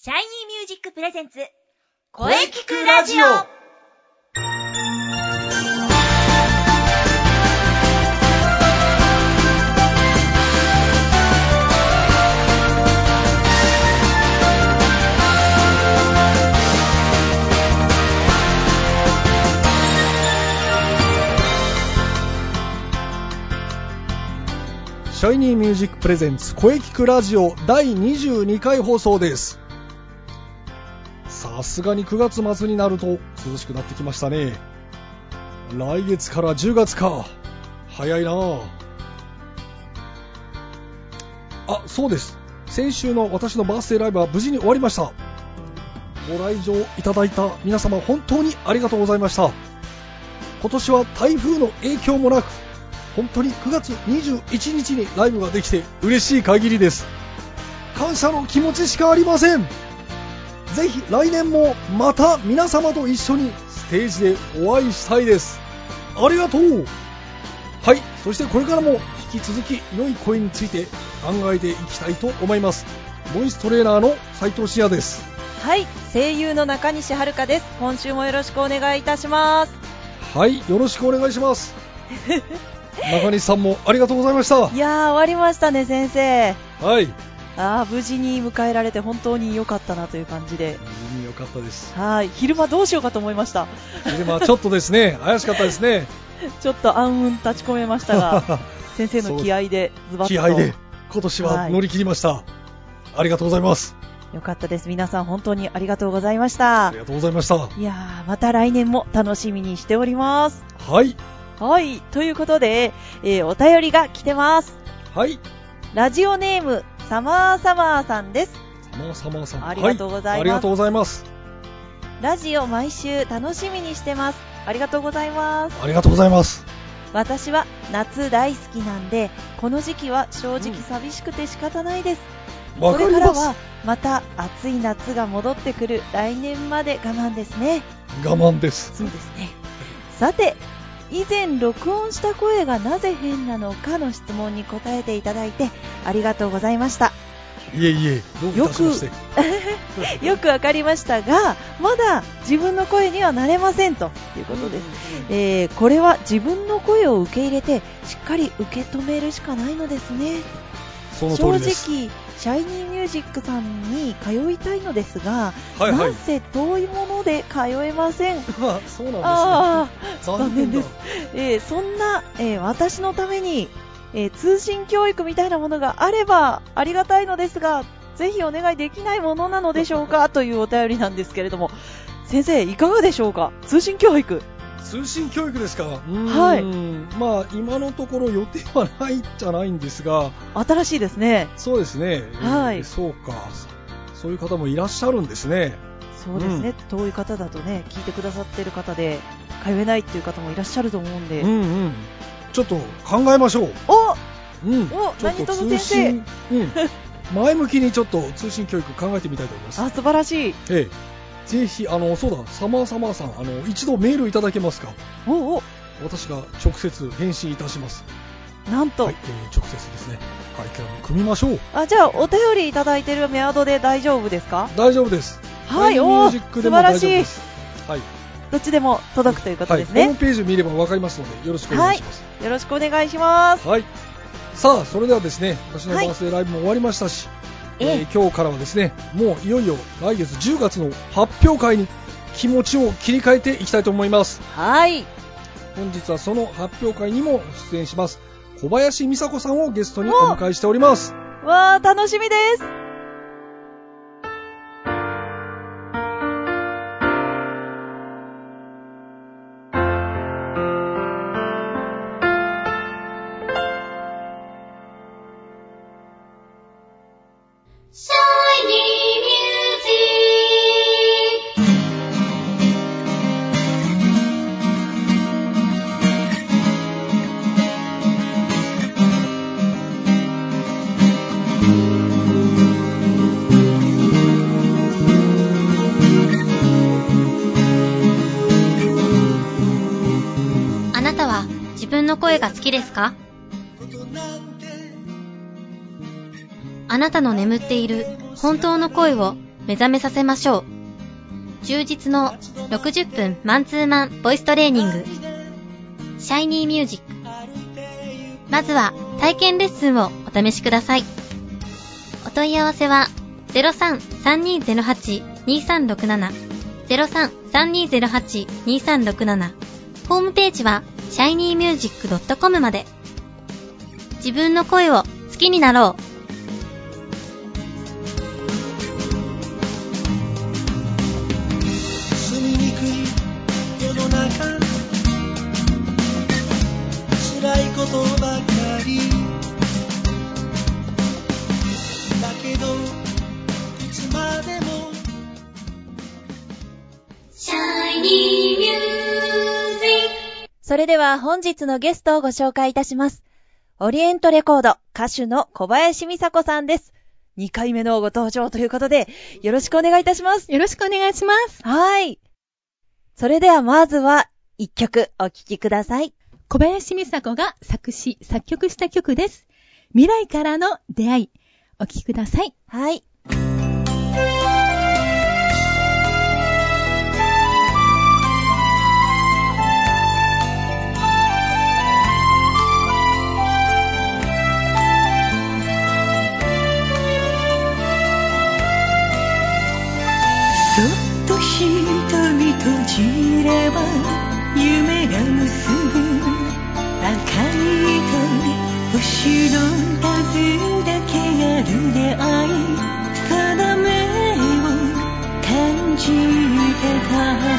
シャイニーミュージックプレゼンツ声聞くラジオ。 シャイニーミュージックプレゼンツ声聞くラジオ第22回放送です。さすがに9月末になると涼しくなってきましたね。来月から10月か。早いなあ。そうです。先週の私のバースデーライブは無事に終わりました。ご来場いただいた皆様本当にありがとうございました。今年は台風の影響もなく本当に9月21日にライブができて嬉しい限りです。感謝の気持ちしかありません。ぜひ来年もまた皆様と一緒にステージでお会いしたいです。ありがとう。はい、そしてこれからも引き続き良い声について考えていきたいと思います。ボイストレーナーの斉藤慎也です。 はい、声優の中西遥です。今週もよろしくお願いいたします。 はい、よろしくお願いします。中西さんもありがとうございました。 いやー、終わりましたね先生。 はい、 無事に迎えられて本当に良かったなという感じで。 無事に良かったです。 はい、昼間どうしようかと思いました。 昼間ちょっとですね怪しかったですね。 ちょっと暗雲立ち込めましたが先生の気合でズバッと気合で今年は乗り切りました、はい、ありがとうございます。 よかったです。皆さん本当にありがとうございました。 ありがとうございました。 いやー、また来年も楽しみにしております。 はいはい、ということで、お便りが来てます。 はい、 ラジオネームサマーサマーさんです。 サマーさん、 ありがとうございます、はい、 ありがとうございます。 ラジオ毎週楽しみにしてます。ありがとうございます。 ありがとうございます。 私は夏大好きなんで、この時期は正直寂しくて仕方ないです。これからはまた暑い夏が戻ってくる来年まで我慢ですね。 我慢です。 そうですね。さて、以前録音した声がなぜ変なのかの質問に答えていただいてありがとうございました。 いえいえ、どういたしましてよくわかりましたが、まだ自分の声にはなれませんということです。これは自分の声を受け入れてしっかり受け止めるしかないのですね。 その通りです。 正直シャイニーミュージックさんに通いたいのですが、 はいはい、 なんせ遠いもので通えません。 そうなんですね。 残念です。そんな、私のために、通信教育みたいなものがあればありがたいのですが、ぜひお願いできないものなのでしょうかというお便りなんですけれども、先生いかがでしょうか。通信教育ですか。 はい、 まあ今のところ予定はないじゃないんですが、 新しいですね。 そうですね、 はい、 そうか、そういう方もいらっしゃるんですね。 そうですね、遠い方だとね、聞いてくださっている方で通えないっていう方もいらっしゃると思うんで、 ちょっと考えましょう。 何とぞ先生、 前向きにちょっと通信教育考えてみたいと思います。 素晴らしい。 ぜひそうだ、サマーさん、一度メールいただけますか。私が直接返信いたします。 なんと、 はい、直接ですね。はい、今日も組みましょう。 じゃあお便りいただいているメアドで大丈夫ですか。 大丈夫です。 はい、 ミュージックでも大丈夫です。はい、 どっちでも届くということですね。 ホームページ見れば分かりますのでよろしくお願いします。 よろしくお願いします。 はい、さあそれではですね、私のバースデーライブも終わりましたし、今日からはですね、もういよいよ来月10月の発表会に気持ちを切り替えていきたいと思います。 はい、 本日はその発表会にも出演します小林美佐子さんをゲストにお迎えしております。 わー、楽しみです。 あなたは自分の声が好きですか？あなたの眠っている本当の声を目覚めさせましょう。充実の60分マンツーマンボイストレーニング。シャイニーミュージック。まずは体験レッスンをお試しください。お問い合わせは 03-3208-2367 03-3208-2367 ホームページは shinymusic.com まで。自分の声を好きになろう。 住みにくい世の中、辛いことばかりだけど、いつまでもシャイニーミュージック。 それでは本日のゲストをご紹介いたします。オリエントレコード歌手の小林美佐子さんです。2回目のご登場ということで、よろしくお願いいたします。 よろしくお願いします。 はい。それではまずは1曲お聴きください。 小林美佐子が作詞作曲した曲です。未来からの出会い。お聴きください。 はい。 そっと瞳閉じれば夢が結ぶ赤い糸、星の数だけある出会い、定めを感じてた。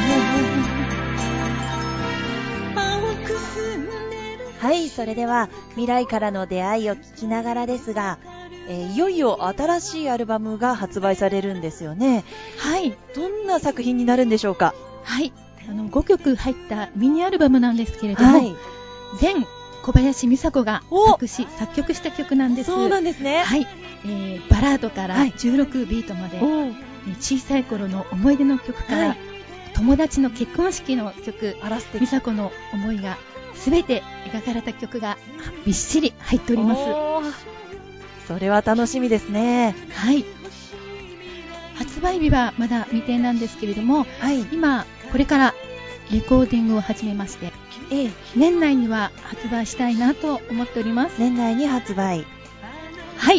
はい、それでは未来からの出会いを聞きながらですが、いよいよ新しいアルバムが発売されるんですよね。 はい。 どんな作品になるんでしょうか？ はい。5曲入ったミニアルバムなんですけれども、はい、全小林美佐子が作詞作曲した曲なんです。 そうなんですね。 はい。バラードから16ビートまで、小さい頃の思い出の曲から、はい、友達の結婚式の曲、美佐子の思いが全て描かれた曲がびっしり入っております。 それは楽しみですね。 はい。発売日はまだ未定なんですけれども、はい、今これからレコーディングを始めまして、年内には発売したいなと思っております。 年内に発売。 はい。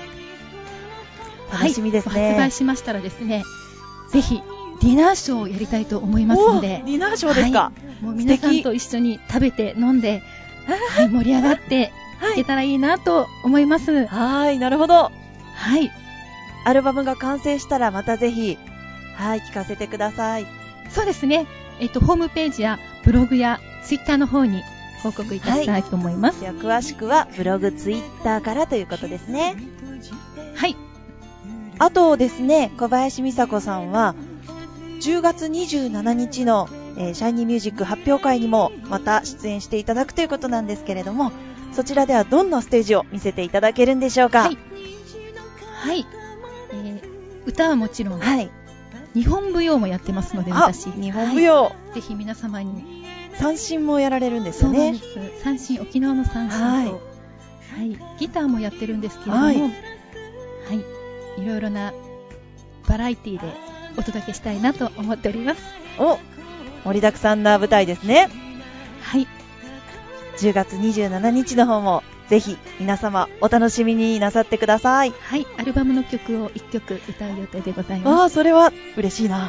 楽しみですね。 発売しましたらですね、ぜひディナーショーをやりたいと思いますので。 ディナーショーですか？ はい、もう皆さんと一緒に食べて飲んで、はい、盛り上がっていけたらいいなと思います。 はい、なるほど。 はい。 アルバムが完成したらまたぜひ、はい、聞かせてください。 そうですね。ホームページやブログやツイッターの方に報告いたしたいと思います。 では詳しくはブログ、ツイッターからということですね。 はい。 あとですね、小林美佐子さんは10月27日の、シャイニーミュージック発表会にもまた出演していただくということなんですけれども、そちらではどんなステージを見せていただけるんでしょうか？ はい。はい。歌はもちろん、はい、日本舞踊もやってますので、私。 日本舞踊、はい、 ぜひ皆様に。 三線もやられるんですよね。 そうなんです。三線、沖縄の三線と、はい、ギターもやってるんですけれども、はい、いろいろなバラエティでお届けしたいなと思っております。 盛りだくさんな舞台ですね。 はい。 10月27日の方もぜひ皆様お楽しみになさってください。 はい、アルバムの曲を1曲歌う予定でございます。 それは嬉しいな。はい。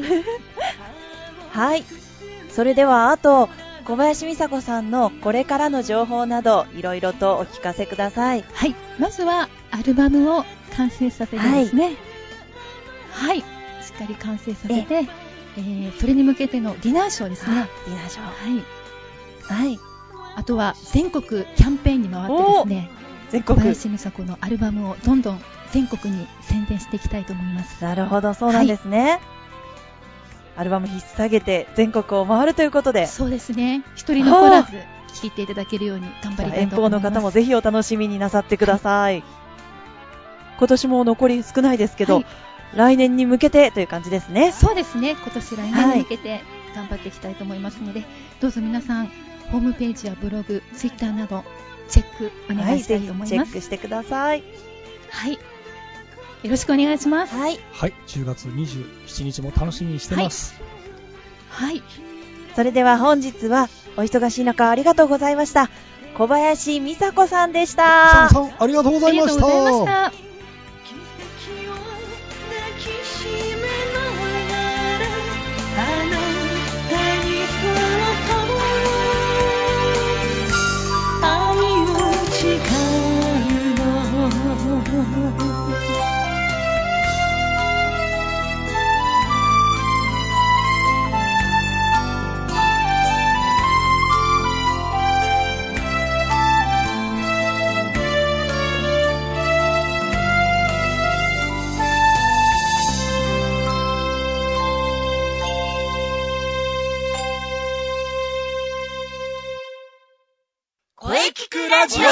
はい。それではあと小林美佐子さんのこれからの情報などいろいろとお聞かせください。 はい。まずはアルバムを完成させてですね。はい。しっかり完成させて、それに向けてのディナーショーですね。 ディナーショー。 はい。はい。あとは全国キャンペーンに回ってですね、 全国小林美佐子のアルバムをどんどん全国に宣伝していきたいと思います。 なるほど、そうなんですね。はい、アルバム引っ提げて全国を回るということで。 そうですね。一人残らず聴いていただけるように頑張りたいと思います。 遠方の方もぜひお楽しみになさってください。はい、今年も残り少ないですけど、来年に向けてという感じですね。 そうですね。今年来年に向けて頑張っていきたいと思いますので、どうぞ皆さんホームページやブログ、ツイッターなどチェックお願いしたいと思います。 チェックしてください。 はい。 よろしくお願いします。 はい。 はい、10月27日も楽しみにしてます。 はい。 それでは本日はお忙しい中ありがとうございました。小林美佐子さんでした。 美佐子さん、ありがとうございました。 ありがとうございました。 声聞くラジオ。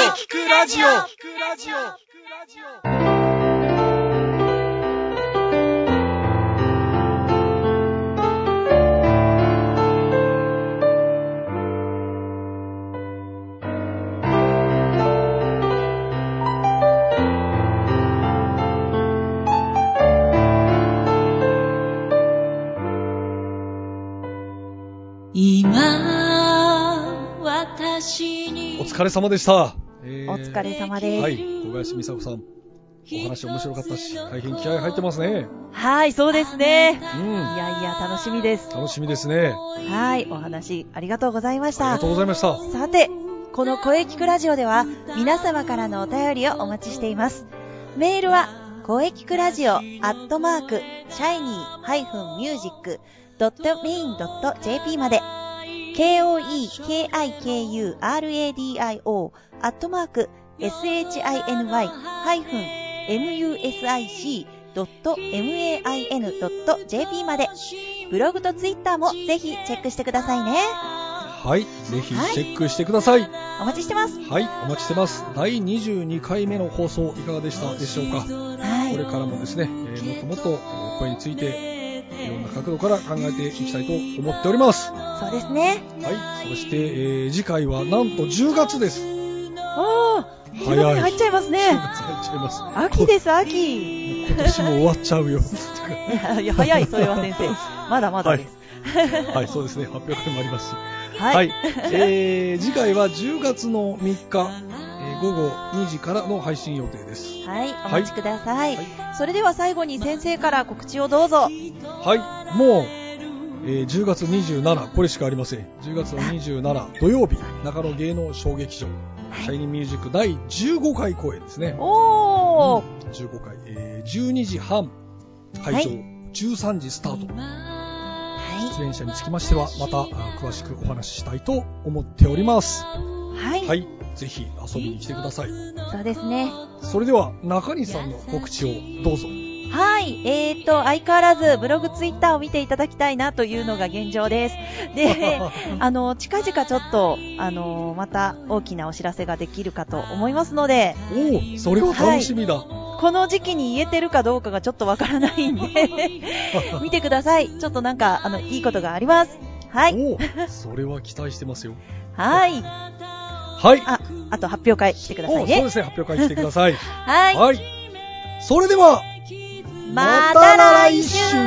お疲れ様でした。 お疲れ様です。 はい、小林美佐子さん、お話面白かったし、大変気合入ってますね。 はい、そうですね。 うん。 いやいや、楽しみです。 楽しみですね。 はい、お話ありがとうございました。 ありがとうございました。 さて、この声聞くラジオでは、皆様からのお便りをお待ちしています。メールは、声聞くラジオ@shiny-music.main.jp まで、KOEKIKURADIO@shiny-music.main.jp まで、ブログとツイッターもぜひチェックしてくださいね。 はい、ぜひチェックしてください。 お待ちしてます。 はい、お待ちしてます。第22回目の放送いかがでしたでしょうか。 はい、 これからもですね、もっともっと声についていろんな角度から考えていきたいと思っております。 そうですね。 はい、そして、次回はなんと10月です。 おー、10月に入っちゃいますね。 10月入っちゃいます。 秋です、秋。 今年も終わっちゃうよ。 いや、早い、それは先生。まだまだです。 はい、そうですね、発表会もありますし。 はい。 はい、次回は10月の3日、午後2時からの配信予定です。 はい、お待ちください。それでは最後に先生から告知をどうぞ。 はい、もう、10月27、これしかありません。10月の27土曜日、中野芸能小劇場、シャイニーミュージック第15回公演ですね。 おー、 15回、12時半会場、13時スタート。出演者につきましてはまた詳しくお話ししたいと思っております。 はい、 はい、ぜひ遊びに来てください。 そうですね。 それでは中西さんの告知をどうぞ。 はい、相変わらずブログツイッターを見ていただきたいなというのが現状です。で、近々ちょっとまた大きなお知らせができるかと思いますので。 おー、それは楽しみだ。 この時期に言えてるかどうかがちょっとわからないんで見てください。ちょっとなんかいいことがあります。はい。 おー、それは期待してますよ。 はい。 はい。 あと発表会来てくださいね。 そうですね、発表会来てください。 はい。 はい。それではまた来週。